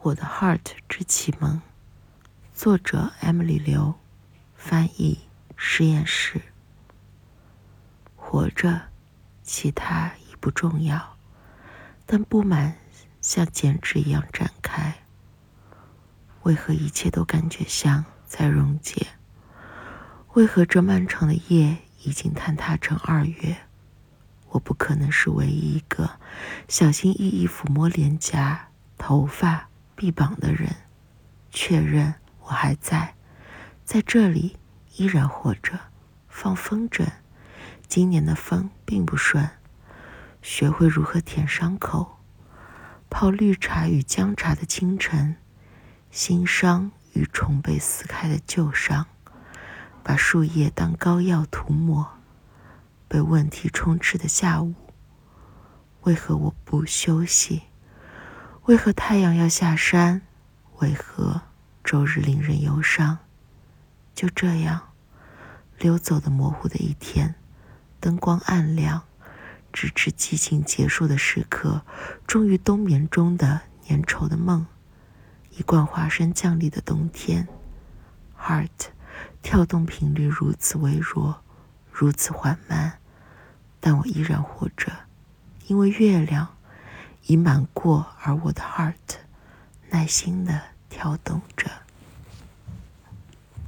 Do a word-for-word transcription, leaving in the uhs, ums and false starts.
我的 Heart 之启蒙，作者 Emily 刘，翻译实验室。活着，其他已不重要，但不满像剪纸一样展开。为何一切都感觉像在溶解？为何这漫长的夜已经坍塌成二月？我不可能是唯一一个小心翼翼抚摸脸颊、头发、臂膀的人，确认我还在，在这里依然活着，放风筝。今年的风并不顺，学会如何舔伤口，泡绿茶与姜茶的清晨，新伤与虫被撕开的旧伤，把树叶当膏药涂抹，被问题充斥的下午。为何我不休息？为何太阳要下山？为何周日令人忧伤？就这样溜走的模糊的一天，灯光暗亮，直至激情结束的时刻，终于冬眠中的粘稠的梦，一贯华生降临的冬天。 Heart 跳动频率如此微弱，如此缓慢，但我依然活着，因为月亮已满过，而我的 Heart 耐心地跳动着。